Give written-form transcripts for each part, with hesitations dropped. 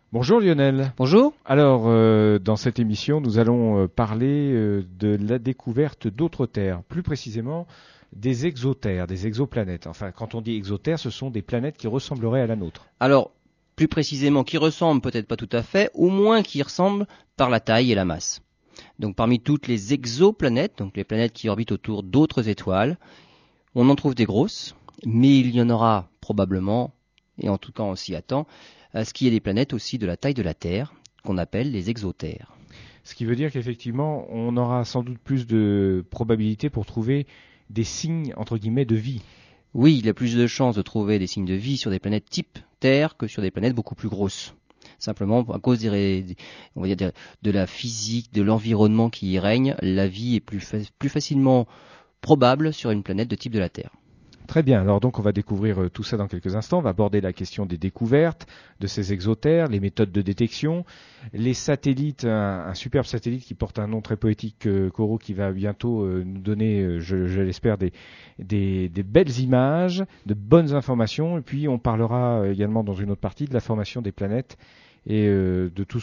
Bonjour Lionel. Bonjour. Alors, dans cette émission, nous allons parler de la découverte d'autres terres, plus précisément des exoterres, des exoplanètes. Enfin, quand on dit exoterres, ce sont des planètes qui ressembleraient à la nôtre. Alors, plus précisément, qui ressemble peut-être pas tout à fait, au moins qui ressemble par la taille et la masse. Donc parmi toutes les exoplanètes, donc les planètes qui orbitent autour d'autres étoiles, on en trouve des grosses, mais il y en aura probablement, et en tout cas on s'y attend, à ce qu'il y ait des planètes aussi de la taille de la Terre, qu'on appelle les exoterres. Ce qui veut dire qu'effectivement, on aura sans doute plus de probabilités pour trouver des signes, entre guillemets, de vie. Oui, il y a plus de chances de trouver des signes de vie sur des planètes type Terre que sur des planètes beaucoup plus grosses. Simplement à cause on va dire de la physique, de l'environnement qui y règne, la vie est plus facilement probable sur une planète de type de la Terre. Très bien, alors donc on va découvrir tout ça dans quelques instants. On va aborder la question des découvertes de ces exoterres, les méthodes de détection, les satellites, un superbe satellite qui porte un nom très poétique, Coro, qui va bientôt nous donner, je l'espère, des belles images, de bonnes informations. Et puis on parlera également dans une autre partie de la formation des planètes et de tout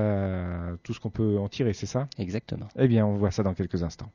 ce qu'on peut en tirer, c'est ça ? Exactement. Eh bien, on voit ça dans quelques instants.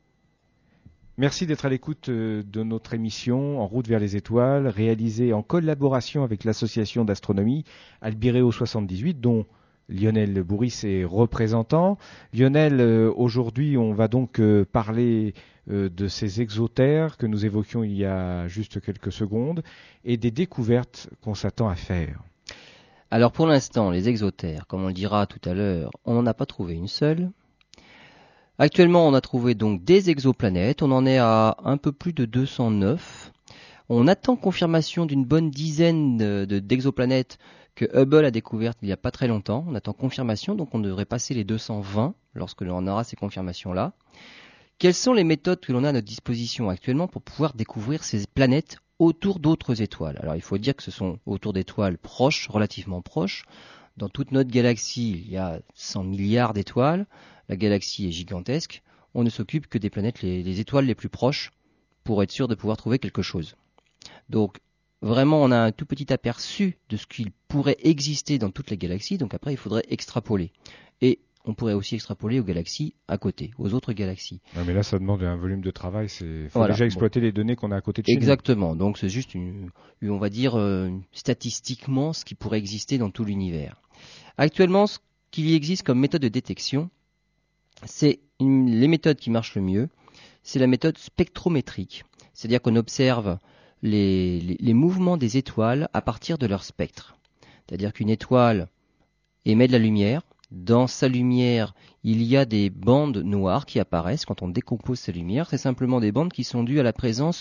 Merci d'être à l'écoute de notre émission En route vers les étoiles, réalisée en collaboration avec l'association d'astronomie Albireo 78, dont Lionel Bourris est représentant. Lionel, aujourd'hui, on va donc parler de ces exoterres que nous évoquions il y a juste quelques secondes et des découvertes qu'on s'attend à faire. Alors pour l'instant, les exoterres, comme on le dira tout à l'heure, on n'en a pas trouvé une seule. Actuellement, on a trouvé donc des exoplanètes, on en est à un peu plus de 209. On attend confirmation d'une bonne dizaine d'exoplanètes que Hubble a découvertes il n'y a pas très longtemps. On attend confirmation, donc on devrait passer les 220 lorsque l'on aura ces confirmations-là. Quelles sont les méthodes que l'on a à notre disposition actuellement pour pouvoir découvrir ces planètes autour d'autres étoiles ? Alors il faut dire que ce sont autour d'étoiles proches, relativement proches. Dans toute notre galaxie, il y a 100 milliards d'étoiles. La galaxie est gigantesque. On ne s'occupe que des planètes, les étoiles les plus proches, pour être sûr de pouvoir trouver quelque chose. Donc, vraiment, on a un tout petit aperçu de ce qu'il pourrait exister dans toutes les galaxies. Donc après, il faudrait extrapoler. Et on pourrait aussi extrapoler aux galaxies à côté, aux autres galaxies. Ouais, mais là, ça demande un volume de travail. Il faut déjà exploiter les données qu'on a à côté de chez nous. Exactement. Donc, c'est juste on va dire, statistiquement, ce qui pourrait exister dans tout l'univers. Actuellement, ce qu'il y existe comme méthode de détection, c'est les méthodes qui marchent le mieux, c'est la méthode spectrométrique. C'est-à-dire qu'on observe les mouvements des étoiles à partir de leur spectre. C'est-à-dire qu'une étoile émet de la lumière. Dans sa lumière, il y a des bandes noires qui apparaissent quand on décompose sa lumière. C'est simplement des bandes qui sont dues à la présence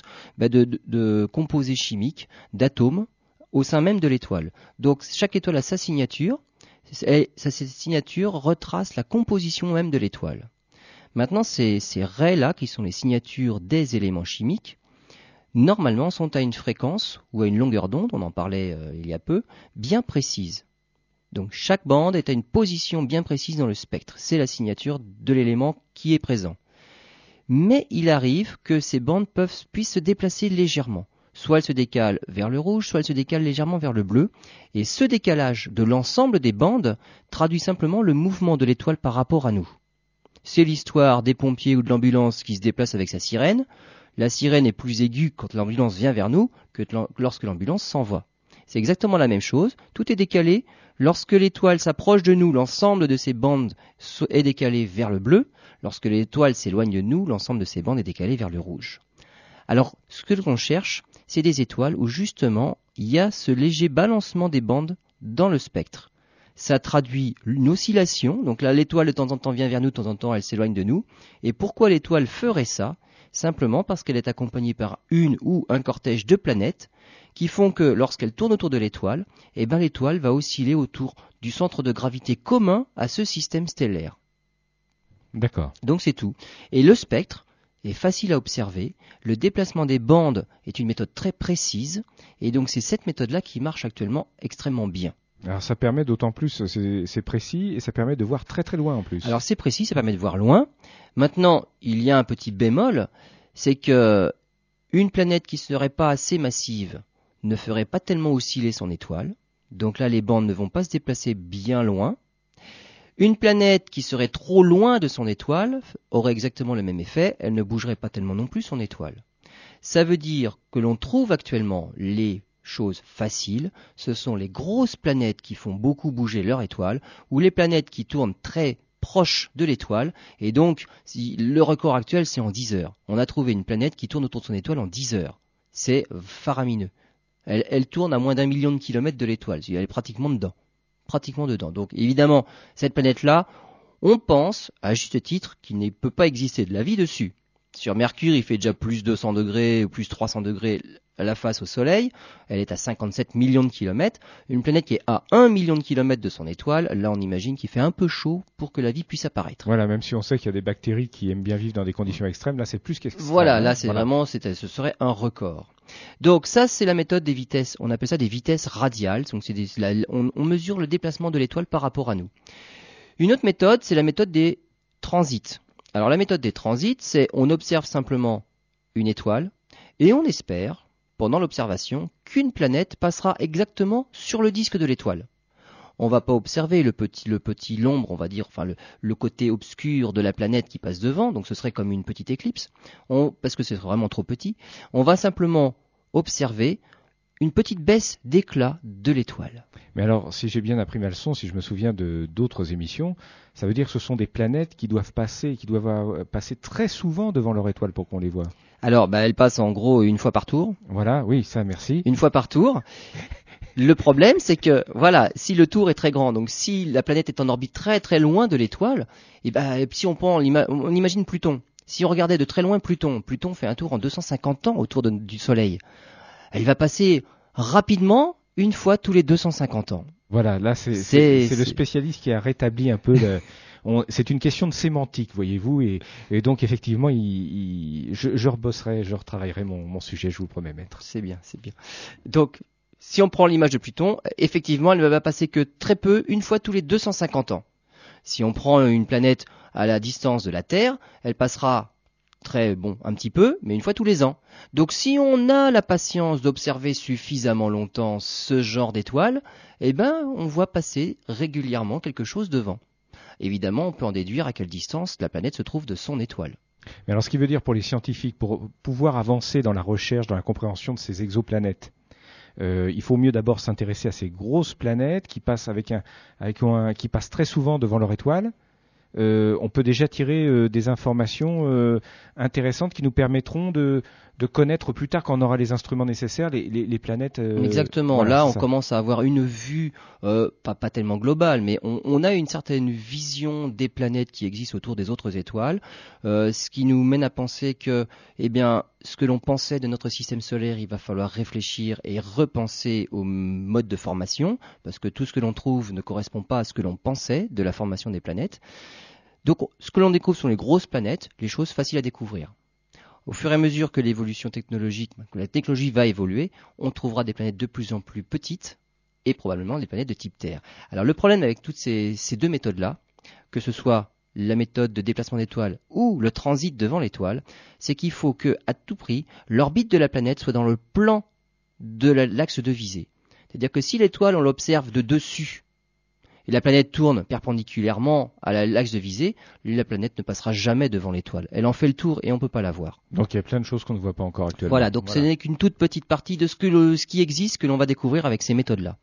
de composés chimiques, d'atomes, au sein même de l'étoile. Donc chaque étoile a sa signature. Et cette signature retrace la composition même de l'étoile. Maintenant, ces raies-là, qui sont les signatures des éléments chimiques, normalement sont à une fréquence ou à une longueur d'onde, on en parlait il y a peu, bien précise. Donc chaque bande est à une position bien précise dans le spectre. C'est la signature de l'élément qui est présent. Mais il arrive que ces bandes puissent se déplacer légèrement. Soit elles se décalent vers le rouge, soit elles se décalent légèrement vers le bleu. Et ce décalage de l'ensemble des bandes traduit simplement le mouvement de l'étoile par rapport à nous. C'est l'histoire des pompiers ou de l'ambulance qui se déplace avec sa sirène. La sirène est plus aiguë quand l'ambulance vient vers nous que lorsque l'ambulance s'en va. C'est exactement la même chose, tout est décalé. Lorsque l'étoile s'approche de nous, l'ensemble de ces bandes est décalé vers le bleu. Lorsque l'étoile s'éloigne de nous, l'ensemble de ces bandes est décalé vers le rouge. Alors, ce que l'on cherche, c'est des étoiles où justement il y a ce léger balancement des bandes dans le spectre. Ça traduit une oscillation, donc là l'étoile de temps en temps vient vers nous, de temps en temps elle s'éloigne de nous. Et pourquoi l'étoile ferait ça ? Simplement parce qu'elle est accompagnée par une ou un cortège de planètes qui font que lorsqu'elle tourne autour de l'étoile, l'étoile va osciller autour du centre de gravité commun à ce système stellaire. D'accord. Donc c'est tout. Et le spectre est facile à observer. Le déplacement des bandes est une méthode très précise. Et donc c'est cette méthode-là qui marche actuellement extrêmement bien. Alors ça permet d'autant plus, c'est précis et ça permet de voir très très loin en plus. Alors c'est précis, ça permet de voir loin. Maintenant, il y a un petit bémol, c'est que une planète qui ne serait pas assez massive ne ferait pas tellement osciller son étoile. Donc là, les bandes ne vont pas se déplacer bien loin. Une planète qui serait trop loin de son étoile aurait exactement le même effet, elle ne bougerait pas tellement non plus son étoile. Ça veut dire que l'on trouve actuellement les choses faciles, ce sont les grosses planètes qui font beaucoup bouger leur étoile, ou les planètes qui tournent très proches de l'étoile, et donc le record actuel c'est en 10 heures. On a trouvé une planète qui tourne autour de son étoile en 10 heures. C'est faramineux. Elle tourne à moins d'1 million de kilomètres de l'étoile, elle est pratiquement dedans. Donc évidemment, cette planète-là, on pense, à juste titre, qu'il ne peut pas exister de la vie dessus. Sur Mercure, il fait déjà plus 200 degrés ou plus 300 degrés à la face au Soleil. Elle est à 57 millions de kilomètres. Une planète qui est à 1 million de kilomètres de son étoile, là on imagine qu'il fait un peu chaud pour que la vie puisse apparaître. Voilà, même si on sait qu'il y a des bactéries qui aiment bien vivre dans des conditions extrêmes, là c'est plus qu'extrême. Voilà, là c'est vraiment, ce serait un record. Donc ça c'est la méthode des vitesses, on appelle ça des vitesses radiales, donc on mesure le déplacement de l'étoile par rapport à nous. Une autre méthode, c'est la méthode des transits. Alors la méthode des transits, c'est on observe simplement une étoile et on espère, pendant l'observation, qu'une planète passera exactement sur le disque de l'étoile. On ne va pas observer l'ombre, on va dire, enfin le côté obscur de la planète qui passe devant, donc ce serait comme une petite éclipse, parce que c'est vraiment trop petit. On va simplement observer une petite baisse d'éclat de l'étoile. Mais alors, si j'ai bien appris ma leçon, si je me souviens de d'autres émissions, ça veut dire que ce sont des planètes qui doivent passer très souvent devant leur étoile pour qu'on les voit. Alors, elles passent en gros une fois par tour. Voilà, oui, ça, merci. Une fois par tour. Le problème, c'est que, voilà, si le tour est très grand, donc si la planète est en orbite très très loin de l'étoile, et si on imagine Pluton. Si on regardait de très loin Pluton fait un tour en 250 ans autour du Soleil. Elle va passer rapidement une fois tous les 250 ans. Voilà, là c'est le spécialiste qui a rétabli un peu c'est une question de sémantique, voyez-vous, et donc effectivement, je rebosserai, je retravaillerai mon sujet, je vous promets, maître. C'est bien. Donc, si on prend l'image de Pluton, effectivement, elle ne va passer que très peu, une fois tous les 250 ans. Si on prend une planète à la distance de la Terre, elle passera un petit peu, mais une fois tous les ans. Donc si on a la patience d'observer suffisamment longtemps ce genre d'étoile, on voit passer régulièrement quelque chose devant. Évidemment, on peut en déduire à quelle distance la planète se trouve de son étoile. Mais alors ce qui veut dire pour les scientifiques, pour pouvoir avancer dans la recherche, dans la compréhension de ces exoplanètes, il faut mieux d'abord s'intéresser à ces grosses planètes qui passent qui passent très souvent devant leur étoile. On peut déjà tirer des informations intéressantes qui nous permettront de connaître plus tard, quand on aura les instruments nécessaires, les planètes. Exactement. Voilà, là, on commence à avoir une vue, pas tellement globale, mais on a une certaine vision des planètes qui existent autour des autres étoiles, ce qui nous mène à penser que, ce que l'on pensait de notre système solaire, il va falloir réfléchir et repenser au mode de formation, parce que tout ce que l'on trouve ne correspond pas à ce que l'on pensait de la formation des planètes. Donc, ce que l'on découvre sont les grosses planètes, les choses faciles à découvrir. Au fur et à mesure que l'évolution technologique, que la technologie va évoluer, on trouvera des planètes de plus en plus petites et probablement des planètes de type Terre. Alors, le problème avec toutes ces deux méthodes-là, que ce soit la méthode de déplacement d'étoiles ou le transit devant l'étoile, c'est qu'il faut que, à tout prix, l'orbite de la planète soit dans le plan de l'axe de visée. C'est-à-dire que si l'étoile, on l'observe de dessus, et la planète tourne perpendiculairement à l'axe de visée, la planète ne passera jamais devant l'étoile. Elle en fait le tour et on ne peut pas la voir. Donc il y a plein de choses qu'on ne voit pas encore actuellement. Voilà, donc ce n'est qu'une toute petite partie de ce qui existe que l'on va découvrir avec ces méthodes-là.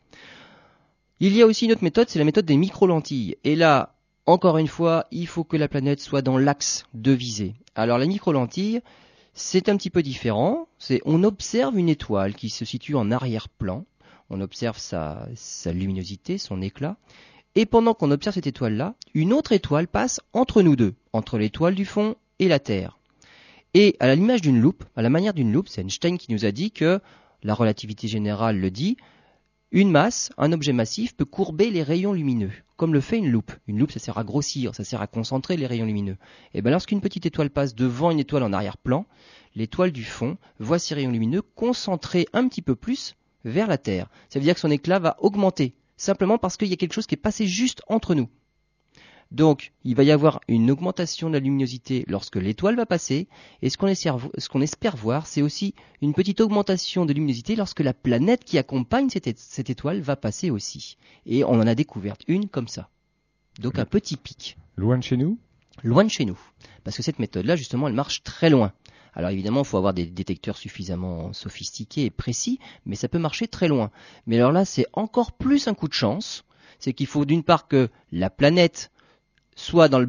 Il y a aussi une autre méthode, c'est la méthode des micro-lentilles. Et là, encore une fois, il faut que la planète soit dans l'axe de visée. Alors la micro-lentille, c'est un petit peu différent. On observe une étoile qui se situe en arrière-plan. On observe sa luminosité, son éclat. Et pendant qu'on observe cette étoile-là, une autre étoile passe entre nous deux, entre l'étoile du fond et la Terre. Et à l'image d'une loupe, à la manière d'une loupe, c'est Einstein qui nous a dit que, la relativité générale le dit, une masse, un objet massif, peut courber les rayons lumineux, comme le fait une loupe. Une loupe, ça sert à grossir, ça sert à concentrer les rayons lumineux. Et bien lorsqu'une petite étoile passe devant une étoile en arrière-plan, l'étoile du fond voit ces rayons lumineux concentrés un petit peu plus vers la Terre. Ça veut dire que son éclat va augmenter, simplement parce qu'il y a quelque chose qui est passé juste entre nous. Donc, il va y avoir une augmentation de la luminosité lorsque l'étoile va passer. Et ce qu'on espère voir, c'est aussi une petite augmentation de luminosité lorsque la planète qui accompagne cette étoile va passer aussi. Et on en a découvert une comme ça. Donc, un petit pic. Loin de chez nous ? Loin de chez nous. Parce que cette méthode-là, justement, elle marche très loin. Alors évidemment, il faut avoir des détecteurs suffisamment sophistiqués et précis, mais ça peut marcher très loin. Mais alors là, c'est encore plus un coup de chance. C'est qu'il faut d'une part que la planète soit dans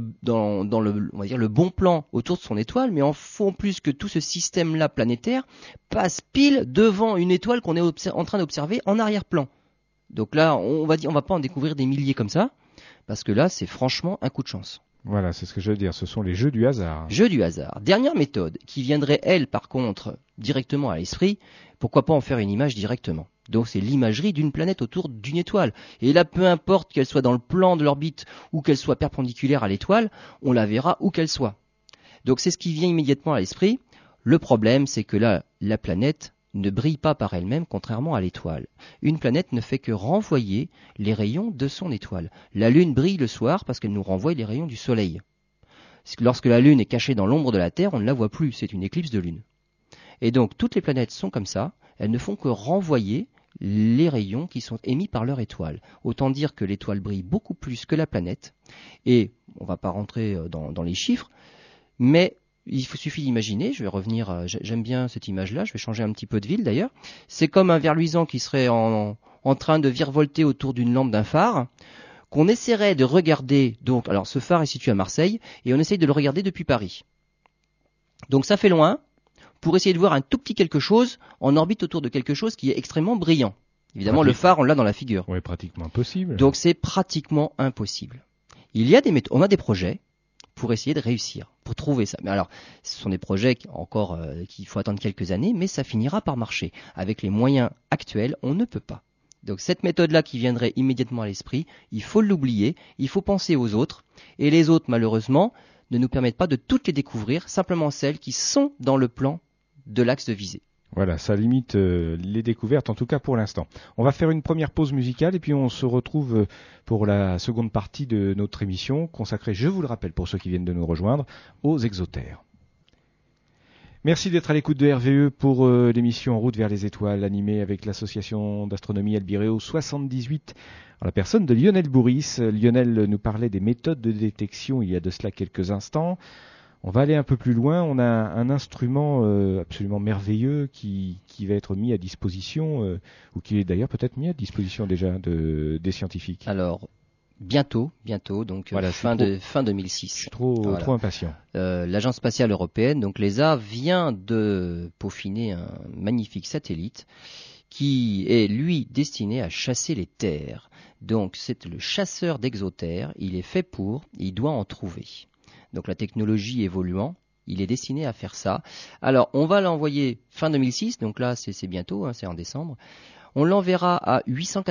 on va dire le bon plan autour de son étoile, mais il faut en plus que tout ce système-là planétaire passe pile devant une étoile qu'on est en train d'observer en arrière-plan. Donc là, on va pas en découvrir des milliers comme ça, parce que là, c'est franchement un coup de chance. Voilà, c'est ce que je veux dire, ce sont les jeux du hasard. Jeux du hasard. Dernière méthode, qui viendrait, elle, par contre, directement à l'esprit, pourquoi pas en faire une image directement. Donc c'est l'imagerie d'une planète autour d'une étoile. Et là, peu importe qu'elle soit dans le plan de l'orbite ou qu'elle soit perpendiculaire à l'étoile, on la verra où qu'elle soit. Donc c'est ce qui vient immédiatement à l'esprit. Le problème, c'est que là, la planète ne brille pas par elle-même, contrairement à l'étoile. Une planète ne fait que renvoyer les rayons de son étoile. La Lune brille le soir parce qu'elle nous renvoie les rayons du Soleil. Lorsque la Lune est cachée dans l'ombre de la Terre, on ne la voit plus, c'est une éclipse de Lune. Et donc toutes les planètes sont comme ça, elles ne font que renvoyer les rayons qui sont émis par leur étoile. Autant dire que l'étoile brille beaucoup plus que la planète, et on ne va pas rentrer dans les chiffres, mais il suffit d'imaginer, je vais revenir, j'aime bien cette image-là, je vais changer un petit peu de ville d'ailleurs, c'est comme un ver luisant qui serait en train de virevolter autour d'une lampe d'un phare, qu'on essaierait de regarder, donc, alors ce phare est situé à Marseille, et on essaye de le regarder depuis Paris. Donc ça fait loin, pour essayer de voir un tout petit quelque chose en orbite autour de quelque chose qui est extrêmement brillant. Évidemment, le phare, on l'a dans la figure. Oui, pratiquement impossible. Donc c'est pratiquement impossible. On a des projets pour essayer de réussir, pour trouver ça. Mais alors, ce sont des projets qu'il faut attendre quelques années, mais ça finira par marcher. Avec les moyens actuels, on ne peut pas. Donc cette méthode-là qui viendrait immédiatement à l'esprit, il faut l'oublier, il faut penser aux autres, et les autres, malheureusement, ne nous permettent pas de toutes les découvrir, simplement celles qui sont dans le plan de l'axe de visée. Voilà, ça limite les découvertes, en tout cas pour l'instant. On va faire une première pause musicale et puis on se retrouve pour la seconde partie de notre émission consacrée, je vous le rappelle pour ceux qui viennent de nous rejoindre, aux exotères. Merci d'être à l'écoute de RVE pour l'émission En route vers les étoiles, animée avec l'association d'astronomie Albireo 78, en la personne de Lionel Bourris. Lionel nous parlait des méthodes de détection il y a de cela quelques instants. On va aller un peu plus loin. On a un instrument absolument merveilleux qui va être mis à disposition, ou qui est d'ailleurs peut-être mis à disposition déjà des scientifiques. Alors, bientôt, donc voilà, fin 2006. Je suis trop impatient. L'Agence spatiale européenne, donc l'ESA, vient de peaufiner un magnifique satellite qui est, lui, destiné à chasser les terres. Donc, c'est le chasseur d'exotères. Il est fait il doit en trouver. Donc la technologie évoluant, il est destiné à faire ça. Alors on va l'envoyer fin 2006, donc là c'est bientôt, c'est en décembre. On l'enverra à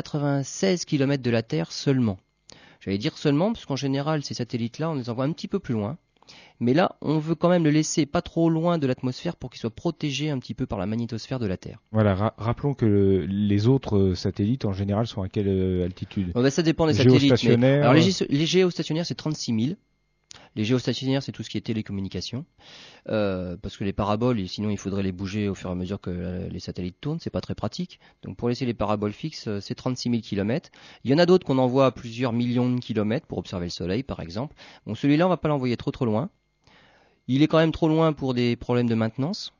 896 km de la Terre seulement. J'allais dire seulement, parce qu'en général ces satellites-là, on les envoie un petit peu plus loin. Mais là, on veut quand même le laisser pas trop loin de l'atmosphère pour qu'il soit protégé un petit peu par la magnétosphère de la Terre. Voilà, rappelons que les autres satellites en général sont à quelle altitude ? Ça dépend des satellites. Alors les géostationnaires, c'est 36 000. Les géostationnaires, c'est tout ce qui est télécommunication, parce que les paraboles, sinon il faudrait les bouger au fur et à mesure que les satellites tournent, c'est pas très pratique. Donc pour laisser les paraboles fixes, c'est 36 000 km. Il y en a d'autres qu'on envoie à plusieurs millions de kilomètres pour observer le Soleil, par exemple. Bon, celui-là, on va pas l'envoyer trop loin. Il est quand même trop loin pour des problèmes de maintenance.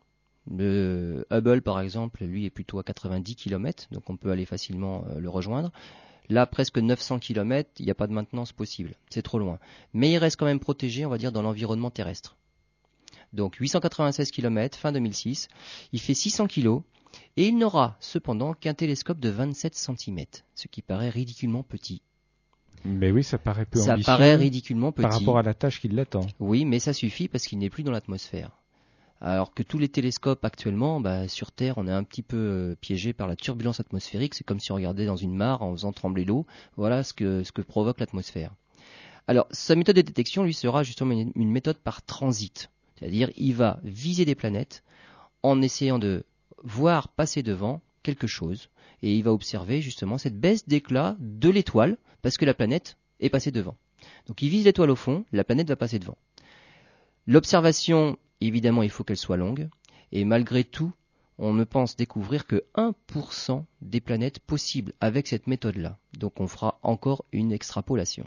Le Hubble, par exemple, lui est plutôt à 90 km, donc on peut aller facilement le rejoindre. Là, presque 900 km, il n'y a pas de maintenance possible. C'est trop loin. Mais il reste quand même protégé, on va dire, dans l'environnement terrestre. Donc 896 km, fin 2006. Il fait 600 kg. Et il n'aura cependant qu'un télescope de 27 cm. Ce qui paraît ridiculement petit. Mais oui, ça paraît peu ambitieux. Ça paraît ridiculement petit. Par rapport à la tâche qui l'attend. Oui, mais ça suffit parce qu'il n'est plus dans l'atmosphère. Alors que tous les télescopes actuellement, sur Terre, on est un petit peu piégé par la turbulence atmosphérique. C'est comme si on regardait dans une mare en faisant trembler l'eau. Voilà ce que provoque l'atmosphère. Alors, sa méthode de détection, lui, sera justement une méthode par transit. C'est-à-dire, il va viser des planètes en essayant de voir passer devant quelque chose. Et il va observer justement cette baisse d'éclat de l'étoile parce que la planète est passée devant. Donc il vise l'étoile au fond, la planète va passer devant. L'observation, évidemment, il faut qu'elle soit longue, et malgré tout, on ne pense découvrir que 1% des planètes possibles avec cette méthode-là. Donc on fera encore une extrapolation.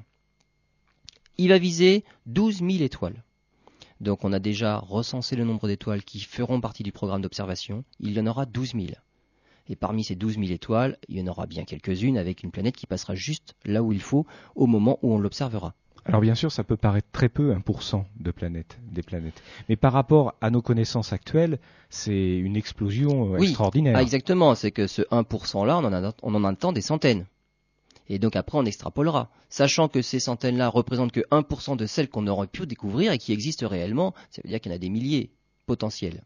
Il va viser 12 000 étoiles. Donc on a déjà recensé le nombre d'étoiles qui feront partie du programme d'observation. Il y en aura 12 000. Et parmi ces 12 000 étoiles, il y en aura bien quelques-unes avec une planète qui passera juste là où il faut au moment où on l'observera. Alors bien sûr, ça peut paraître très peu, 1% des planètes. Mais par rapport à nos connaissances actuelles, c'est une explosion extraordinaire. Ah, exactement, c'est que ce 1%-là, on en attend des centaines. Et donc après, on extrapolera. Sachant que ces centaines-là représentent que 1% de celles qu'on aurait pu découvrir et qui existent réellement, ça veut dire qu'il y en a des milliers potentiels.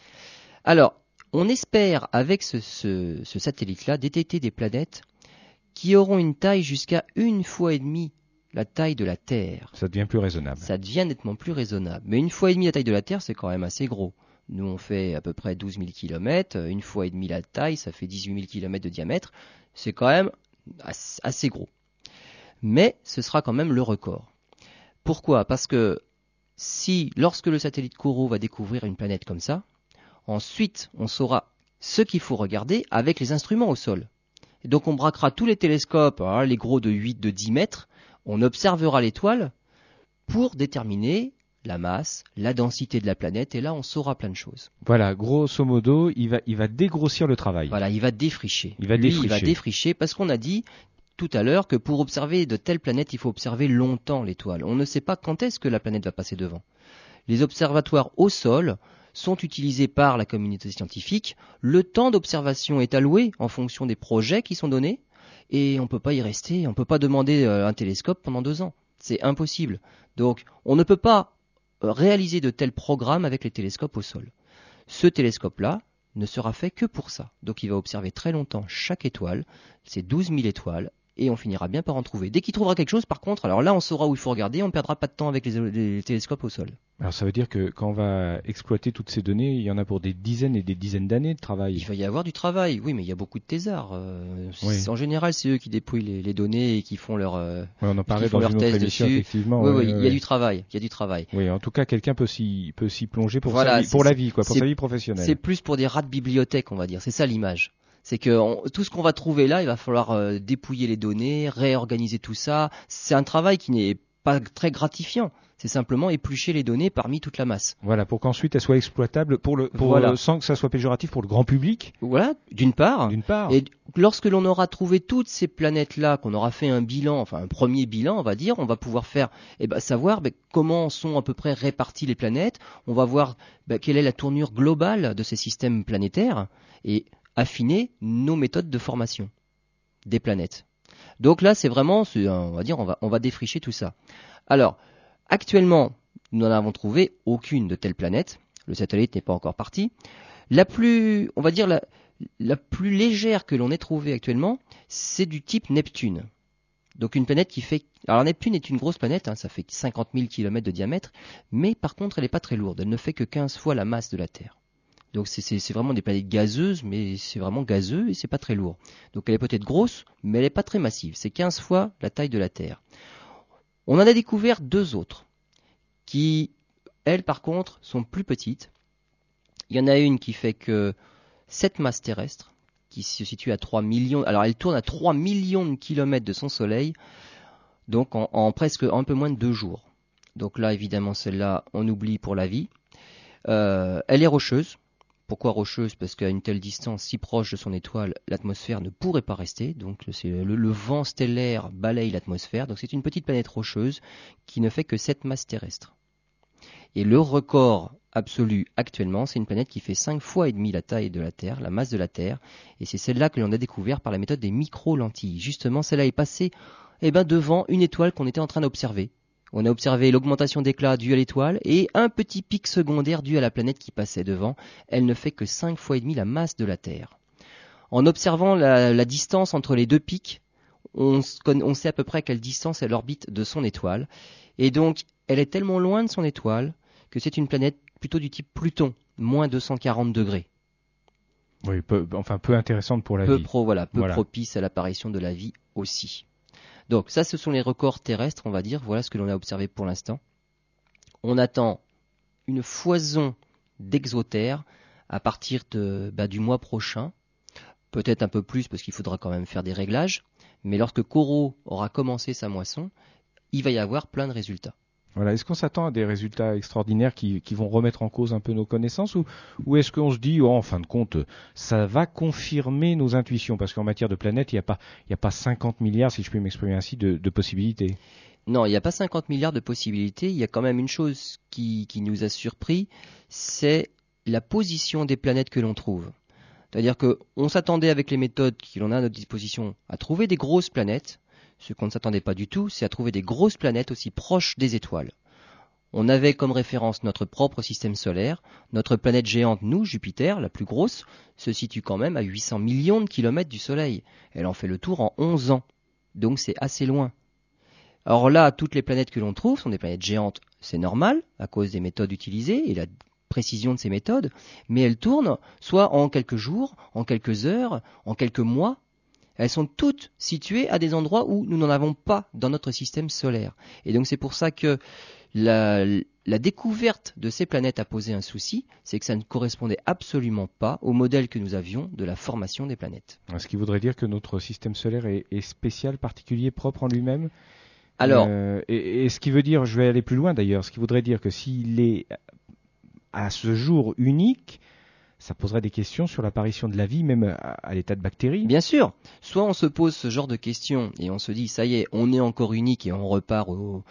Alors, on espère, avec ce satellite-là, détecter des planètes qui auront une taille jusqu'à 1,5 fois la taille de la Terre. Ça devient plus raisonnable. Ça devient nettement plus raisonnable. Mais 1,5 fois la taille de la Terre, c'est quand même assez gros. Nous, on fait à peu près 12 000 km. 1,5 fois la taille, ça fait 18 000 km de diamètre. C'est quand même assez gros. Mais ce sera quand même le record. Pourquoi ? Parce que lorsque le satellite Kourou va découvrir une planète comme ça, ensuite, on saura ce qu'il faut regarder avec les instruments au sol. Et donc, on braquera tous les télescopes, alors les gros de 8, de 10 mètres, on observera l'étoile pour déterminer la masse, la densité de la planète, et là, on saura plein de choses. Voilà, grosso modo, il va dégrossir le travail. Voilà, il va défricher. Il va défricher parce qu'on a dit tout à l'heure que pour observer de telles planètes, il faut observer longtemps l'étoile. On ne sait pas quand est-ce que la planète va passer devant. Les observatoires au sol sont utilisés par la communauté scientifique. Le temps d'observation est alloué en fonction des projets qui sont donnés. Et on ne peut pas y rester, on ne peut pas demander un télescope pendant 2 ans. C'est impossible. Donc, on ne peut pas réaliser de tels programmes avec les télescopes au sol. Ce télescope-là ne sera fait que pour ça. Donc, il va observer très longtemps chaque étoile, c'est 12 000 étoiles, et on finira bien par en trouver. Dès qu'il trouvera quelque chose, par contre, alors là, on saura où il faut regarder, on ne perdra pas de temps avec les télescopes au sol. Alors ça veut dire que quand on va exploiter toutes ces données, il y en a pour des dizaines et des dizaines d'années de travail. Il va y avoir du travail, oui, mais il y a beaucoup de thésards. Oui. En général, c'est eux qui dépouillent les données et qui font leur on en parlait dans une autre émission, dessus. effectivement. Oui, il y a du travail. Oui, en tout cas, quelqu'un peut s'y plonger pour la vie, pour sa vie professionnelle. C'est plus pour des rats de bibliothèque, on va dire. C'est ça l'image. C'est que tout ce qu'on va trouver là, il va falloir dépouiller les données, réorganiser tout ça. C'est un travail qui n'est pas très gratifiant. C'est simplement éplucher les données parmi toute la masse. Voilà, pour qu'ensuite elles soient exploitables sans que ça soit péjoratif pour le grand public. Voilà, d'une part. Et lorsque l'on aura trouvé toutes ces planètes-là, qu'on aura fait un bilan, enfin un premier bilan, on va dire, on va pouvoir savoir comment sont à peu près réparties les planètes. On va voir quelle est la tournure globale de ces systèmes planétaires et affiner nos méthodes de formation des planètes. Donc là, c'est vraiment, on va dire, on va défricher tout ça. Alors, actuellement, nous n'en avons trouvé aucune de telles planètes. Le satellite n'est pas encore parti. La plus légère que l'on ait trouvée actuellement, c'est du type Neptune. Donc une planète qui fait... Alors Neptune est une grosse planète, ça fait 50 000 km de diamètre, mais par contre, elle n'est pas très lourde. Elle ne fait que 15 fois la masse de la Terre. Donc c'est vraiment des planètes gazeuses, mais c'est vraiment gazeux et c'est pas très lourd. Donc elle est peut-être grosse, mais elle n'est pas très massive. C'est 15 fois la taille de la Terre. On en a découvert 2 autres, qui, elles par contre, sont plus petites. Il y en a une qui fait que 7 masses terrestres, qui se situe à 3 millions... Alors elle tourne à 3 millions de kilomètres de son Soleil, donc en presque un peu moins de 2 jours. Donc là, évidemment, celle-là, on oublie pour la vie. Elle est rocheuse. Pourquoi rocheuse ? Parce qu'à une telle distance, si proche de son étoile, l'atmosphère ne pourrait pas rester. Donc le vent stellaire balaye l'atmosphère. Donc c'est une petite planète rocheuse qui ne fait que 7 masses terrestres. Et le record absolu actuellement, c'est une planète qui fait 5 fois et demi la taille de la Terre, la masse de la Terre. Et c'est celle-là que l'on a découvert par la méthode des micro-lentilles. Justement, celle-là est passée devant une étoile qu'on était en train d'observer. On a observé l'augmentation d'éclat due à l'étoile et un petit pic secondaire dû à la planète qui passait devant. Elle ne fait que 5 fois et demi la masse de la Terre. En observant la distance entre les 2 pics, on sait à peu près à quelle distance est l'orbite de son étoile. Et donc, elle est tellement loin de son étoile que c'est une planète plutôt du type Pluton, moins 240 degrés. Oui, peu intéressante pour la vie. Propice à l'apparition de la vie aussi. Donc ça, ce sont les records terrestres, on va dire. Voilà ce que l'on a observé pour l'instant. On attend une foison d'exotères à partir du mois prochain. Peut-être un peu plus parce qu'il faudra quand même faire des réglages. Mais lorsque Corot aura commencé sa moisson, il va y avoir plein de résultats. Voilà. Est-ce qu'on s'attend à des résultats extraordinaires qui vont remettre en cause un peu nos connaissances ou est-ce qu'on se dit, en fin de compte, ça va confirmer nos intuitions? Parce qu'en matière de planète, il n'y a pas 50 milliards, si je puis m'exprimer ainsi, de possibilités. Non, il n'y a pas 50 milliards de possibilités. Il y a quand même une chose qui nous a surpris, c'est la position des planètes que l'on trouve. C'est-à-dire qu'on s'attendait avec les méthodes que l'on a à notre disposition à trouver des grosses planètes. Ce qu'on ne s'attendait pas du tout, c'est à trouver des grosses planètes aussi proches des étoiles. On avait comme référence notre propre système solaire. Notre planète géante, nous, Jupiter, la plus grosse, se situe quand même à 800 millions de kilomètres du Soleil. Elle en fait le tour en 11 ans. Donc c'est assez loin. Alors là, toutes les planètes que l'on trouve sont des planètes géantes. C'est normal, à cause des méthodes utilisées et la précision de ces méthodes. Mais elles tournent soit en quelques jours, en quelques heures, en quelques mois. Elles sont toutes situées à des endroits où nous n'en avons pas dans notre système solaire. Et donc c'est pour ça que la découverte de ces planètes a posé un souci, c'est que ça ne correspondait absolument pas au modèle que nous avions de la formation des planètes. Ce qui voudrait dire que notre système solaire est spécial, particulier, propre en lui-même. Alors, et ce qui veut dire, je vais aller plus loin d'ailleurs, ce qui voudrait dire que s'il est à ce jour unique, ça poserait des questions sur l'apparition de la vie, même à l'état de bactéries. Bien sûr, soit on se pose ce genre de questions et on se dit ça y est, on est encore unique et on repart au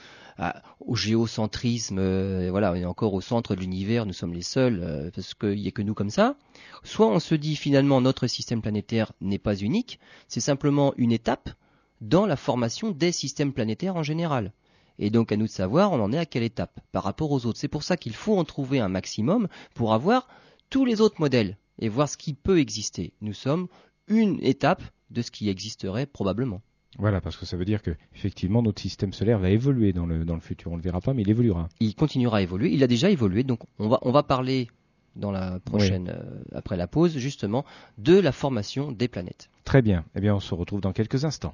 géocentrisme, voilà, on est encore au centre de l'univers, nous sommes les seuls parce qu'il n'y a que nous comme ça. Soit on se dit finalement notre système planétaire n'est pas unique, c'est simplement une étape dans la formation des systèmes planétaires en général. Et donc à nous de savoir on en est à quelle étape par rapport aux autres. C'est pour ça qu'il faut en trouver un maximum pour avoir tous les autres modèles et voir ce qui peut exister. Nous sommes une étape de ce qui existerait probablement. Voilà, parce que ça veut dire que effectivement notre système solaire va évoluer dans le futur. On ne le verra pas, mais il évoluera. Il continuera à évoluer. Il a déjà évolué. Donc on va parler dans la prochaine, après la pause, justement, de la formation des planètes. Très bien. Eh bien, on se retrouve dans quelques instants.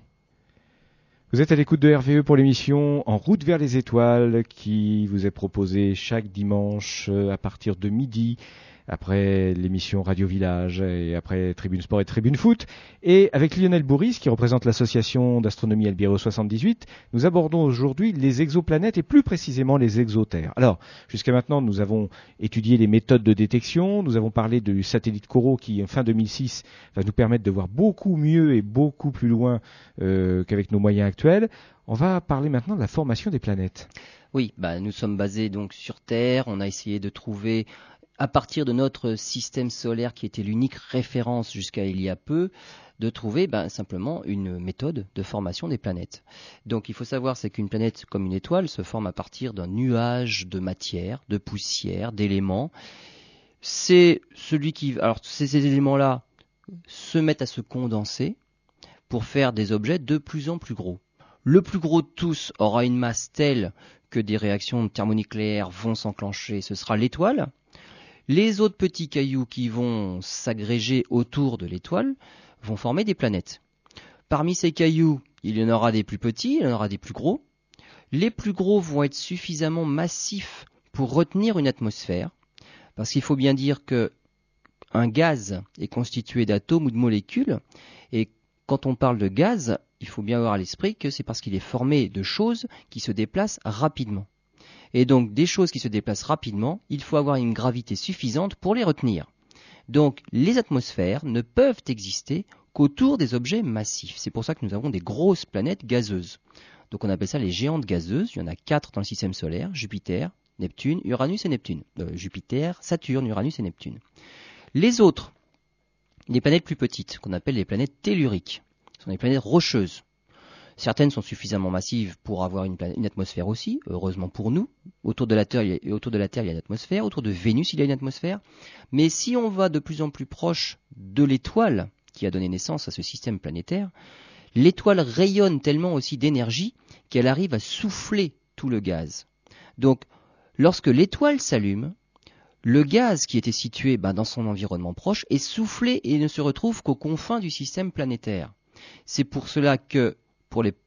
Vous êtes à l'écoute de RVE pour l'émission En route vers les étoiles qui vous est proposée chaque dimanche à partir de midi, après l'émission Radio Village et après Tribune Sport et Tribune Foot. Et avec Lionel Bourris, qui représente l'association d'astronomie Albireo 78, nous abordons aujourd'hui les exoplanètes et plus précisément les exotères. Alors, jusqu'à maintenant, nous avons étudié les méthodes de détection, nous avons parlé du satellite Corot qui, fin 2006, va nous permettre de voir beaucoup mieux et beaucoup plus loin qu'avec nos moyens actuels. On va parler maintenant de la formation des planètes. Oui, nous sommes basés donc sur Terre, on a essayé de trouver à partir de notre système solaire qui était l'unique référence jusqu'à il y a peu, de trouver simplement une méthode de formation des planètes. Donc il faut savoir c'est qu'une planète comme une étoile se forme à partir d'un nuage de matière, de poussière, d'éléments. C'est ces éléments-là se mettent à se condenser pour faire des objets de plus en plus gros. Le plus gros de tous aura une masse telle que des réactions thermonucléaires vont s'enclencher, ce sera l'étoile. Les autres petits cailloux qui vont s'agréger autour de l'étoile vont former des planètes. Parmi ces cailloux, il y en aura des plus petits, il y en aura des plus gros. Les plus gros vont être suffisamment massifs pour retenir une atmosphère, parce qu'il faut bien dire qu'un gaz est constitué d'atomes ou de molécules, et quand on parle de gaz, il faut bien avoir à l'esprit que c'est parce qu'il est formé de choses qui se déplacent rapidement. Et donc des choses qui se déplacent rapidement, il faut avoir une gravité suffisante pour les retenir. Donc les atmosphères ne peuvent exister qu'autour des objets massifs. C'est pour ça que nous avons des grosses planètes gazeuses. Donc on appelle ça les géantes gazeuses. Il y en a 4 dans le système solaire, Jupiter, Neptune, Uranus et Neptune. Jupiter, Saturne, Uranus et Neptune. Les autres, les planètes plus petites, qu'on appelle les planètes telluriques, sont des planètes rocheuses. Certaines sont suffisamment massives pour avoir une atmosphère aussi, heureusement pour nous. Autour de la Terre, il y a une atmosphère. Autour de Vénus, il y a une atmosphère. Mais si on va de plus en plus proche de l'étoile qui a donné naissance à ce système planétaire, l'étoile rayonne tellement aussi d'énergie qu'elle arrive à souffler tout le gaz. Donc, lorsque l'étoile s'allume, le gaz qui était situé dans son environnement proche est soufflé et ne se retrouve qu'aux confins du système planétaire. C'est pour cela que pour les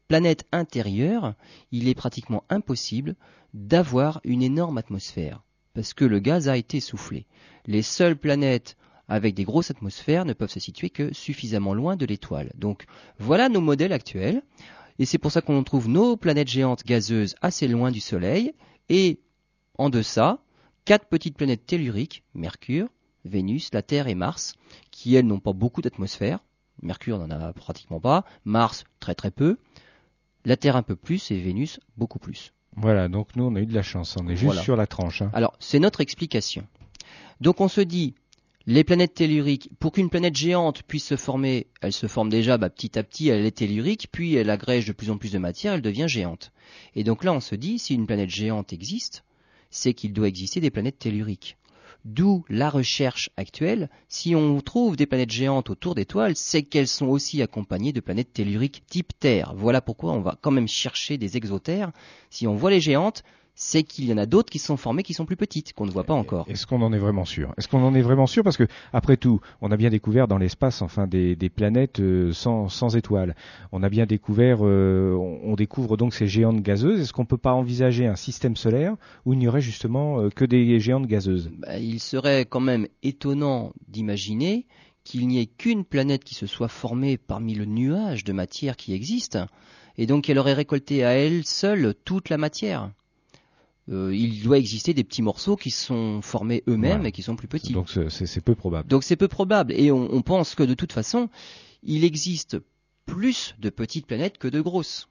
planète intérieure, il est pratiquement impossible d'avoir une énorme atmosphère, parce que le gaz a été soufflé. Les seules planètes avec des grosses atmosphères ne peuvent se situer que suffisamment loin de l'étoile. Donc voilà nos modèles actuels, et c'est pour ça qu'on trouve nos planètes géantes gazeuses assez loin du Soleil, et en deçà, 4 petites planètes telluriques, Mercure, Vénus, la Terre et Mars, qui elles n'ont pas beaucoup d'atmosphère. Mercure n'en a pratiquement pas, Mars très très peu, la Terre un peu plus et Vénus beaucoup plus. Voilà, donc nous on a eu de la chance, on est juste sur la tranche. Alors c'est notre explication. Donc on se dit, les planètes telluriques, pour qu'une planète géante puisse se former, elle se forme déjà petit à petit, elle est tellurique, puis elle agrège de plus en plus de matière, elle devient géante. Et donc là on se dit, si une planète géante existe, c'est qu'il doit exister des planètes telluriques. D'où la recherche actuelle, si on trouve des planètes géantes autour d'étoiles, c'est qu'elles sont aussi accompagnées de planètes telluriques type Terre. Voilà pourquoi on va quand même chercher des exotères. Si on voit les géantes, c'est qu'il y en a d'autres qui sont formées qui sont plus petites, qu'on ne voit pas encore. Est-ce qu'on en est vraiment sûr? Est-ce qu'on en est vraiment sûr? Parce que, après tout, on a bien découvert dans l'espace, enfin, des planètes sans étoiles. On a bien découvert, on découvre donc ces géantes gazeuses. Est-ce qu'on peut pas envisager un système solaire où il n'y aurait justement que des géantes gazeuses? Il serait quand même étonnant d'imaginer qu'il n'y ait qu'une planète qui se soit formée parmi le nuage de matière qui existe, et donc qu'elle aurait récolté à elle seule toute la matière. Il doit exister des petits morceaux qui sont formés eux-mêmes et qui sont plus petits. Donc c'est peu probable. Donc c'est peu probable. Et on pense que de toute façon, il existe plus de petites planètes que de grosses.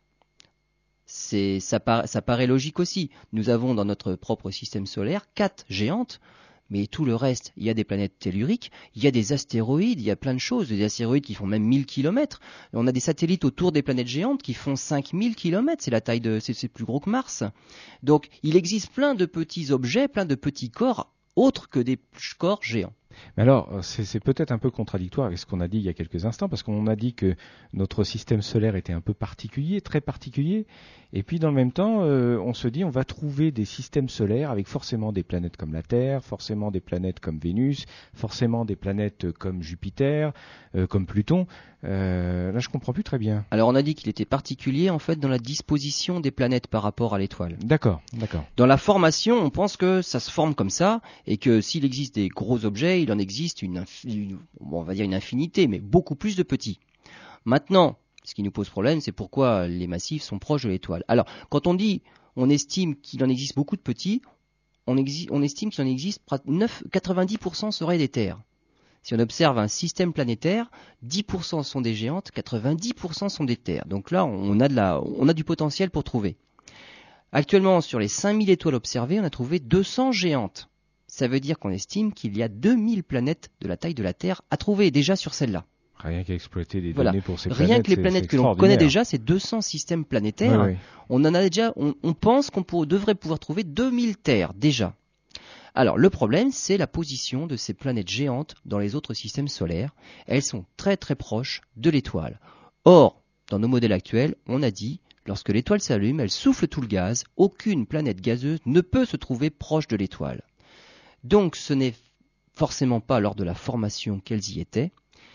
Ça paraît logique aussi. Nous avons dans notre propre système solaire 4 géantes, mais tout le reste, il y a des planètes telluriques, il y a des astéroïdes, il y a plein de choses, des astéroïdes qui font même 1000 km. On a des satellites autour des planètes géantes qui font 5000 km, c'est la taille c'est plus gros que Mars. Donc il existe plein de petits objets, plein de petits corps autres que des corps géants. Mais alors, c'est peut-être un peu contradictoire avec ce qu'on a dit il y a quelques instants, parce qu'on a dit que notre système solaire était un peu particulier, très particulier, et puis dans le même temps, on se dit on va trouver des systèmes solaires avec forcément des planètes comme la Terre, forcément des planètes comme Vénus, forcément des planètes comme Jupiter, comme Pluton. Là, je comprends plus très bien. Alors on a dit qu'il était particulier en fait dans la disposition des planètes par rapport à l'étoile. D'accord. Dans la formation, on pense que ça se forme comme ça, et que s'il existe des gros objets, il en existe on va dire une infinité, mais beaucoup plus de petits. Maintenant, ce qui nous pose problème, c'est pourquoi les massifs sont proches de l'étoile. Alors, quand on estime qu'il en existe beaucoup de petits, on estime qu'il en existe 90% seraient des terres. Si on observe un système planétaire, 10% sont des géantes, 90% sont des terres. Donc là, on a du potentiel pour trouver. Actuellement, sur les 5000 étoiles observées, on a trouvé 200 géantes. Ça veut dire qu'on estime qu'il y a 2000 planètes de la taille de la Terre à trouver déjà sur celle-là. Rien qu'à exploiter des données pour ces planètes. Rien que les planètes que l'on connaît déjà, c'est 200 systèmes planétaires. Oui. On en a déjà, on pense qu'on devrait pouvoir trouver 2000 terres déjà. Alors le problème, c'est la position de ces planètes géantes dans les autres systèmes solaires. Elles sont très très proches de l'étoile. Or, dans nos modèles actuels, on a dit, lorsque l'étoile s'allume, elle souffle tout le gaz. Aucune planète gazeuse ne peut se trouver proche de l'étoile. Donc ce n'est forcément pas lors de la formation qu'elles y étaient.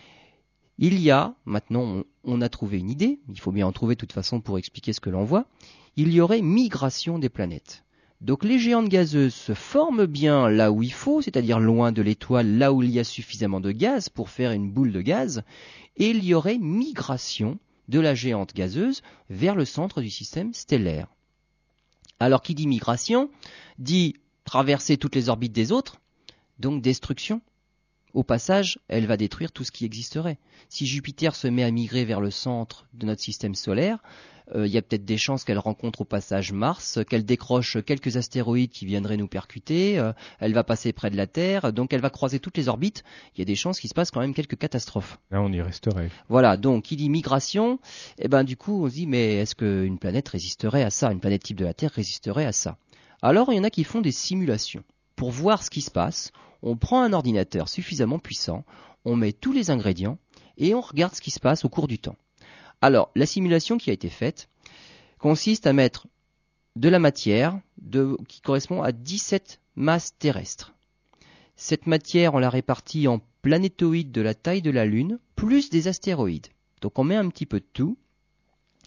Il y a, maintenant on a trouvé une idée, il faut bien en trouver de toute façon pour expliquer ce que l'on voit, il y aurait migration des planètes. Donc les géantes gazeuses se forment bien là où il faut, c'est-à-dire loin de l'étoile, là où il y a suffisamment de gaz pour faire une boule de gaz, et il y aurait migration de la géante gazeuse vers le centre du système stellaire. Alors qui dit migration, dit traverser toutes les orbites des autres, donc destruction. Au passage, elle va détruire tout ce qui existerait. Si Jupiter se met à migrer vers le centre de notre système solaire, il y a peut-être des chances qu'elle rencontre au passage Mars, qu'elle décroche quelques astéroïdes qui viendraient nous percuter, elle va passer près de la Terre, donc elle va croiser toutes les orbites. Il y a des chances qu'il se passe quand même quelques catastrophes. Là, on y resterait. Voilà, donc qui dit migration, du coup on se dit mais est-ce qu'une planète résisterait à ça? Une planète type de la Terre résisterait à ça? Alors il y en a qui font des simulations. Pour voir ce qui se passe, on prend un ordinateur suffisamment puissant, on met tous les ingrédients et on regarde ce qui se passe au cours du temps. Alors, la simulation qui a été faite consiste à mettre de la matière qui correspond à 17 masses terrestres. Cette matière, on la répartit en planétoïdes de la taille de la Lune, plus des astéroïdes. Donc on met un petit peu de tout,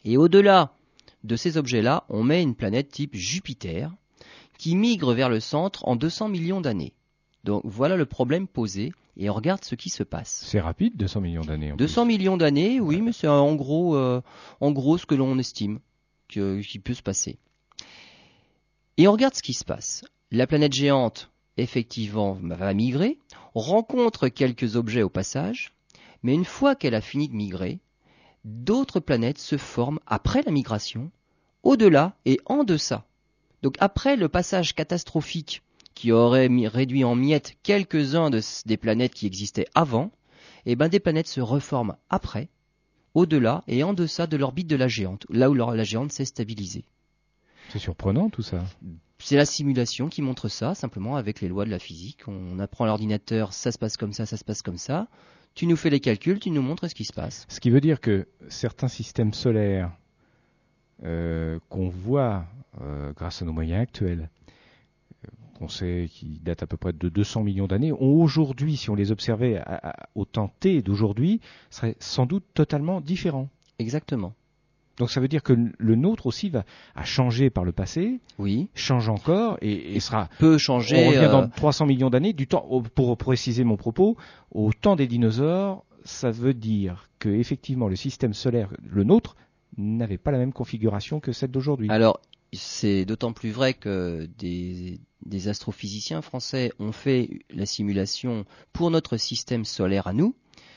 Et au-delà de ces objets-là, on met une planète type Jupiter qui migre vers le centre en 200 millions d'années. Donc voilà le problème posé et on regarde ce qui se passe. C'est rapide, 200 millions d'années. 200 millions d'années, oui, mais c'est en gros ce que l'on estime qui peut se passer. Et on regarde ce qui se passe. La planète géante, effectivement, va migrer, rencontre quelques objets au passage, mais une fois qu'elle a fini de migrer, d'autres planètes se forment après la migration, au-delà et en deçà. Donc après le passage catastrophique qui aurait réduit en miettes quelques-uns des planètes qui existaient avant, et des planètes se reforment après, au-delà et en deçà de l'orbite de la géante, là où la géante s'est stabilisée. C'est surprenant tout ça. C'est la simulation qui montre ça, simplement avec les lois de la physique. On apprend à l'ordinateur, ça se passe comme ça se passe comme ça. Tu nous fais les calculs, tu nous montres ce qui se passe. Ce qui veut dire que certains systèmes solaires qu'on voit grâce à nos moyens actuels, qu'on sait qui datent à peu près de 200 millions d'années, ont aujourd'hui, si on les observait au temps T d'aujourd'hui, seraient sans doute totalement différents. Exactement. Donc ça veut dire que le nôtre aussi a changé par le passé, oui, change encore et sera. Peut changer. On revient dans 300 millions d'années, du temps. Pour préciser mon propos, au temps des dinosaures, ça veut dire que effectivement le système solaire, le nôtre, n'avait pas la même configuration que celle d'aujourd'hui. Alors c'est d'autant plus vrai que des astrophysiciens français ont fait la simulation pour notre système solaire à nous,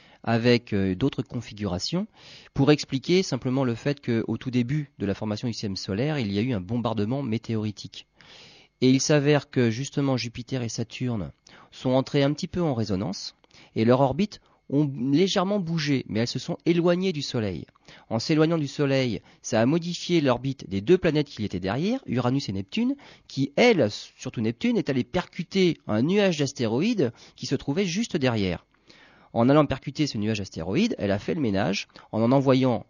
avec d'autres configurations, pour expliquer simplement le fait qu'au tout début de la formation du système solaire, il y a eu un bombardement météoritique. Et il s'avère que justement Jupiter et Saturne sont entrés un petit peu en résonance, et leurs orbites ont légèrement bougé, mais elles se sont éloignées du Soleil. En s'éloignant du Soleil, ça a modifié l'orbite des deux planètes qui étaient derrière, Uranus et Neptune, qui, elle, surtout Neptune, est allée percuter un nuage d'astéroïdes qui se trouvait juste derrière. En allant percuter ce nuage astéroïde, elle a fait le ménage en envoyant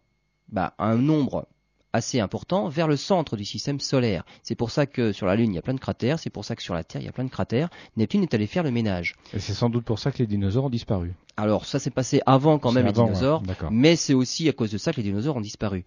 un nombre assez important vers le centre du système solaire. C'est pour ça que sur la Lune, il y a plein de cratères, c'est pour ça que sur la Terre, il y a plein de cratères. Neptune est allé faire le ménage. Et c'est sans doute pour ça que les dinosaures ont disparu. Alors ça s'est passé avant quand même les dinosaures, ouais, mais c'est aussi à cause de ça que les dinosaures ont disparu.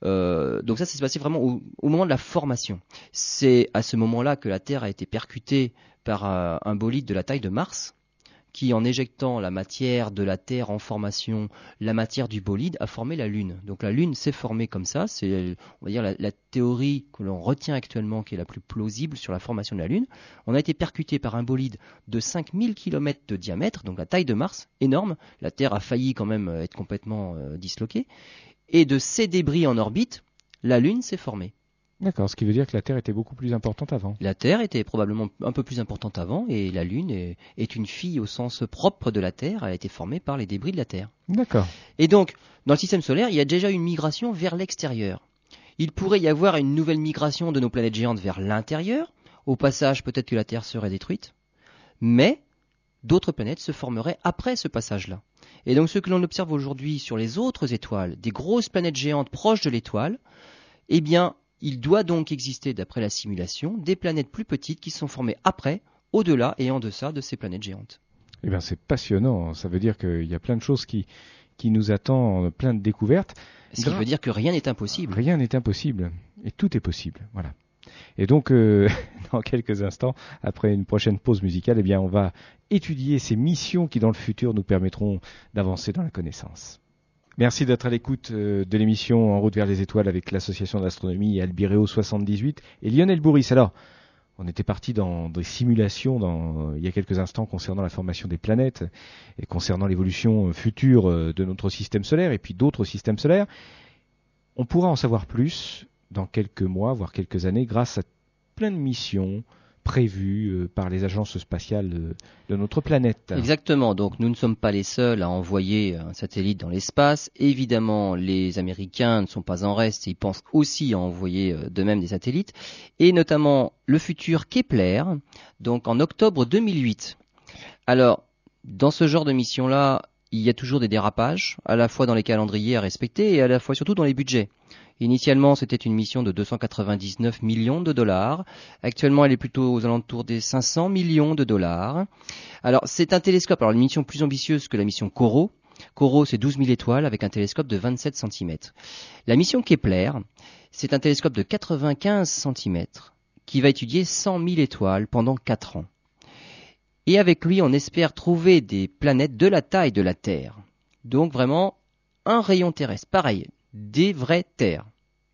Donc ça s'est passé vraiment au moment de la formation. C'est à ce moment-là que la Terre a été percutée par un bolide de la taille de Mars, qui, en éjectant la matière de la Terre en formation, la matière du bolide, a formé la Lune. Donc la Lune s'est formée comme ça, c'est on va dire la théorie que l'on retient actuellement qui est la plus plausible sur la formation de la Lune. On a été percuté par un bolide de 5000 km de diamètre, donc la taille de Mars, énorme. La Terre a failli quand même être complètement disloquée. Et de ces débris en orbite, la Lune s'est formée. D'accord, ce qui veut dire que la Terre était beaucoup plus importante avant. La Terre était probablement un peu plus importante avant et la Lune est une fille au sens propre de la Terre. Elle a été formée par les débris de la Terre. D'accord. Et donc, dans le système solaire, il y a déjà une migration vers l'extérieur. Il pourrait y avoir une nouvelle migration de nos planètes géantes vers l'intérieur. Au passage, peut-être que la Terre serait détruite. Mais d'autres planètes se formeraient après ce passage-là. Et donc, ce que l'on observe aujourd'hui sur les autres étoiles, des grosses planètes géantes proches de l'étoile, eh bien, il doit donc exister, d'après la simulation, des planètes plus petites qui sont formées après, au-delà et en deçà de ces planètes géantes. Eh bien, c'est passionnant. Ça veut dire qu'il y a plein de choses qui nous attendent, plein de découvertes. Ce qui veut dire que rien n'est impossible. Rien n'est impossible. Et tout est possible. Voilà. Et donc, dans quelques instants, après une prochaine pause musicale, eh bien, on va étudier ces missions qui, dans le futur, nous permettront d'avancer dans la connaissance. Merci d'être à l'écoute de l'émission En route vers les étoiles avec l'association d'astronomie Albireo 78 et Lionel Bourris. Alors, on était parti dans des simulations il y a quelques instants concernant la formation des planètes et concernant l'évolution future de notre système solaire et puis d'autres systèmes solaires. On pourra en savoir plus dans quelques mois, voire quelques années, grâce à plein de missions prévues par les agences spatiales de notre planète. Exactement, donc nous ne sommes pas les seuls à envoyer un satellite dans l'espace. Évidemment, les Américains ne sont pas en reste, ils pensent aussi à envoyer d'eux-mêmes des satellites, et notamment le futur Kepler, donc en octobre 2008. Alors, dans ce genre de mission-là, il y a toujours des dérapages, à la fois dans les calendriers à respecter et à la fois surtout dans les budgets. Initialement, c'était une mission de 299 millions de dollars. Actuellement, elle est plutôt aux alentours des 500 millions de dollars. Alors, c'est un télescope. Alors, une mission plus ambitieuse que la mission COROT. COROT, c'est 12 000 étoiles avec un télescope de 27 cm. La mission Kepler, c'est un télescope de 95 cm qui va étudier 100 000 étoiles pendant 4 ans. Et avec lui, on espère trouver des planètes de la taille de la Terre. Donc vraiment, un rayon terrestre. Pareil, des vraies terres.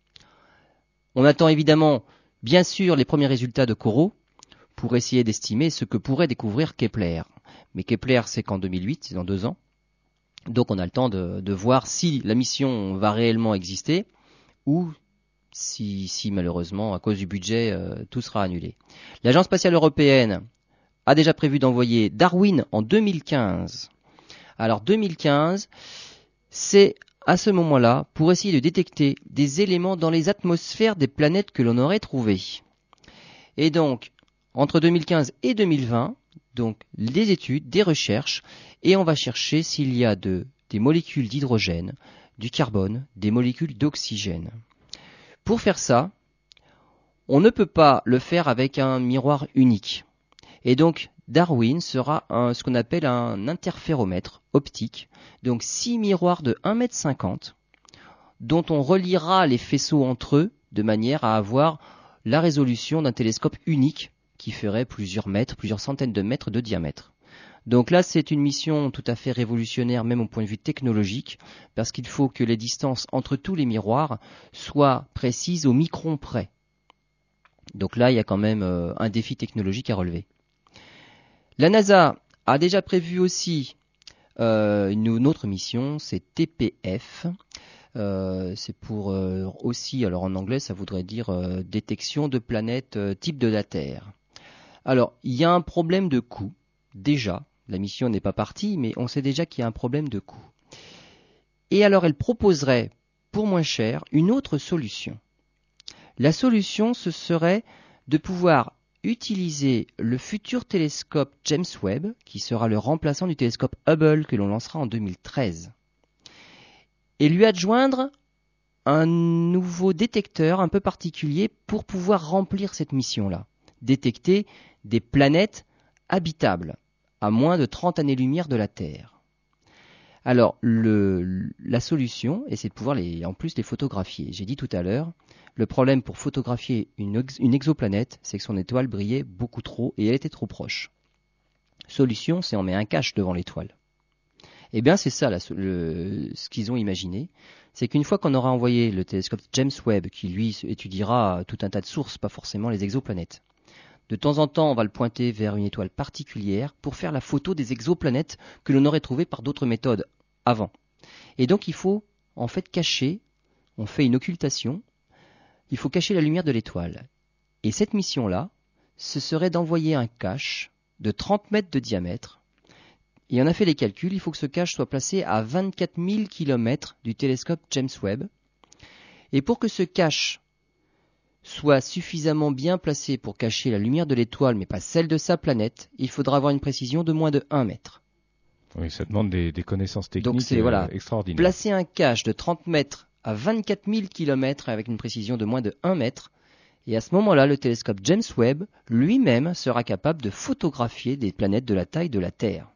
On attend évidemment, bien sûr, les premiers résultats de COROT pour essayer d'estimer ce que pourrait découvrir Kepler. Mais Kepler, c'est qu'en 2008, c'est dans 2 ans. Donc on a le temps de voir si la mission va réellement exister ou si malheureusement, à cause du budget, tout sera annulé. L'Agence spatiale européenne a déjà prévu d'envoyer Darwin en 2015. Alors 2015, c'est à ce moment-là pour essayer de détecter des éléments dans les atmosphères des planètes que l'on aurait trouvées. Et donc, entre 2015 et 2020, donc des études, des recherches, et on va chercher s'il y a des molécules d'hydrogène, du carbone, des molécules d'oxygène. Pour faire ça, on ne peut pas le faire avec un miroir unique. Et donc, Darwin sera ce qu'on appelle un interféromètre optique, donc 6 miroirs de 1,50 m, dont on reliera les faisceaux entre eux de manière à avoir la résolution d'un télescope unique qui ferait plusieurs mètres, plusieurs centaines de mètres de diamètre. Donc là, c'est une mission tout à fait révolutionnaire, même au point de vue technologique, parce qu'il faut que les distances entre tous les miroirs soient précises au micron près. Donc là, il y a quand même un défi technologique à relever. La NASA a déjà prévu aussi une autre mission, c'est TPF. C'est pour aussi, alors en anglais, ça voudrait dire détection de planètes type de la Terre. Alors, il y a un problème de coût, déjà. La mission n'est pas partie, mais on sait déjà qu'il y a un problème de coût. Et alors, elle proposerait, pour moins cher, une autre solution. La solution, ce serait de pouvoir utiliser le futur télescope James Webb, qui sera le remplaçant du télescope Hubble que l'on lancera en 2013, et lui adjoindre un nouveau détecteur un peu particulier pour pouvoir remplir cette mission-là, détecter des planètes habitables à moins de 30 années-lumière de la Terre. Alors, la solution, et c'est de pouvoir en plus les photographier. J'ai dit tout à l'heure, le problème pour photographier une exoplanète, c'est que son étoile brillait beaucoup trop et elle était trop proche. Solution, c'est on met un cache devant l'étoile. Eh bien, c'est ça ce qu'ils ont imaginé. C'est qu'une fois qu'on aura envoyé le télescope James Webb, qui lui étudiera tout un tas de sources, pas forcément les exoplanètes, de temps en temps, on va le pointer vers une étoile particulière pour faire la photo des exoplanètes que l'on aurait trouvées par d'autres méthodes avant. Et donc, il faut en fait cacher, on fait une occultation, il faut cacher la lumière de l'étoile. Et cette mission-là, ce serait d'envoyer un cache de 30 mètres de diamètre. Et on a fait les calculs, il faut que ce cache soit placé à 24 000 km du télescope James Webb. Et pour que ce cache soit suffisamment bien placé pour cacher la lumière de l'étoile, mais pas celle de sa planète, il faudra avoir une précision de moins de 1 mètre. Oui, ça demande des connaissances techniques donc c'est, extraordinaires. Placer un cache de 30 mètres à 24 000 km avec une précision de moins de 1 mètre, et à ce moment-là, le télescope James Webb lui-même sera capable de photographier des planètes de la taille de la Terre.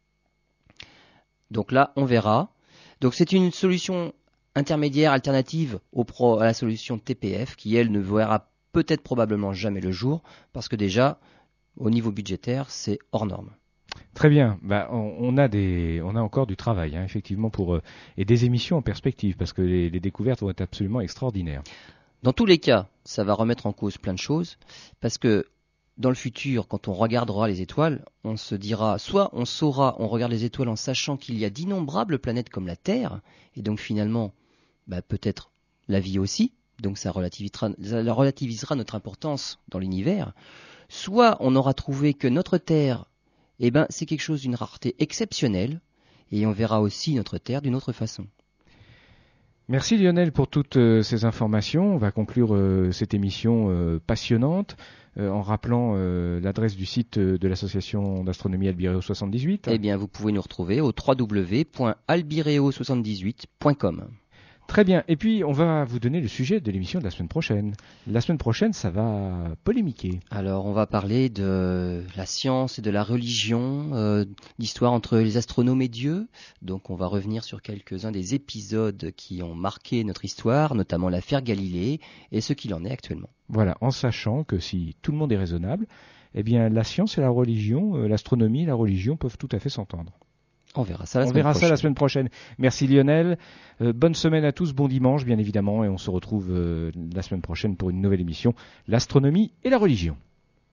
Donc là, on verra. Donc c'est une solution intermédiaire, alternative à la solution TPF, qui elle ne verra peut-être probablement jamais le jour, parce que déjà, au niveau budgétaire, c'est hors norme. Très bien. On a encore du travail, effectivement, et des émissions en perspective, parce que les découvertes vont être absolument extraordinaires. Dans tous les cas, ça va remettre en cause plein de choses, parce que dans le futur, quand on regardera les étoiles, on se dira, soit on regarde les étoiles en sachant qu'il y a d'innombrables planètes comme la Terre, et donc finalement, peut-être la vie aussi, donc ça relativisera notre importance dans l'univers, soit on aura trouvé que notre Terre, c'est quelque chose d'une rareté exceptionnelle, et on verra aussi notre Terre d'une autre façon. Merci Lionel pour toutes ces informations. On va conclure cette émission passionnante en rappelant l'adresse du site de l'association d'astronomie Albireo 78. Eh bien, vous pouvez nous retrouver au www.albireo78.com. Très bien. Et puis, on va vous donner le sujet de l'émission de la semaine prochaine. La semaine prochaine, ça va polémiquer. Alors, on va parler de la science et de la religion, l'histoire entre les astronomes et Dieu. Donc, on va revenir sur quelques-uns des épisodes qui ont marqué notre histoire, notamment l'affaire Galilée et ce qu'il en est actuellement. Voilà, en sachant que si tout le monde est raisonnable, eh bien, la science et la religion, l'astronomie et la religion peuvent tout à fait s'entendre. On verra ça la semaine prochaine. Merci Lionel. Bonne semaine à tous, bon dimanche bien évidemment, et on se retrouve la semaine prochaine pour une nouvelle émission, l'astronomie et la religion.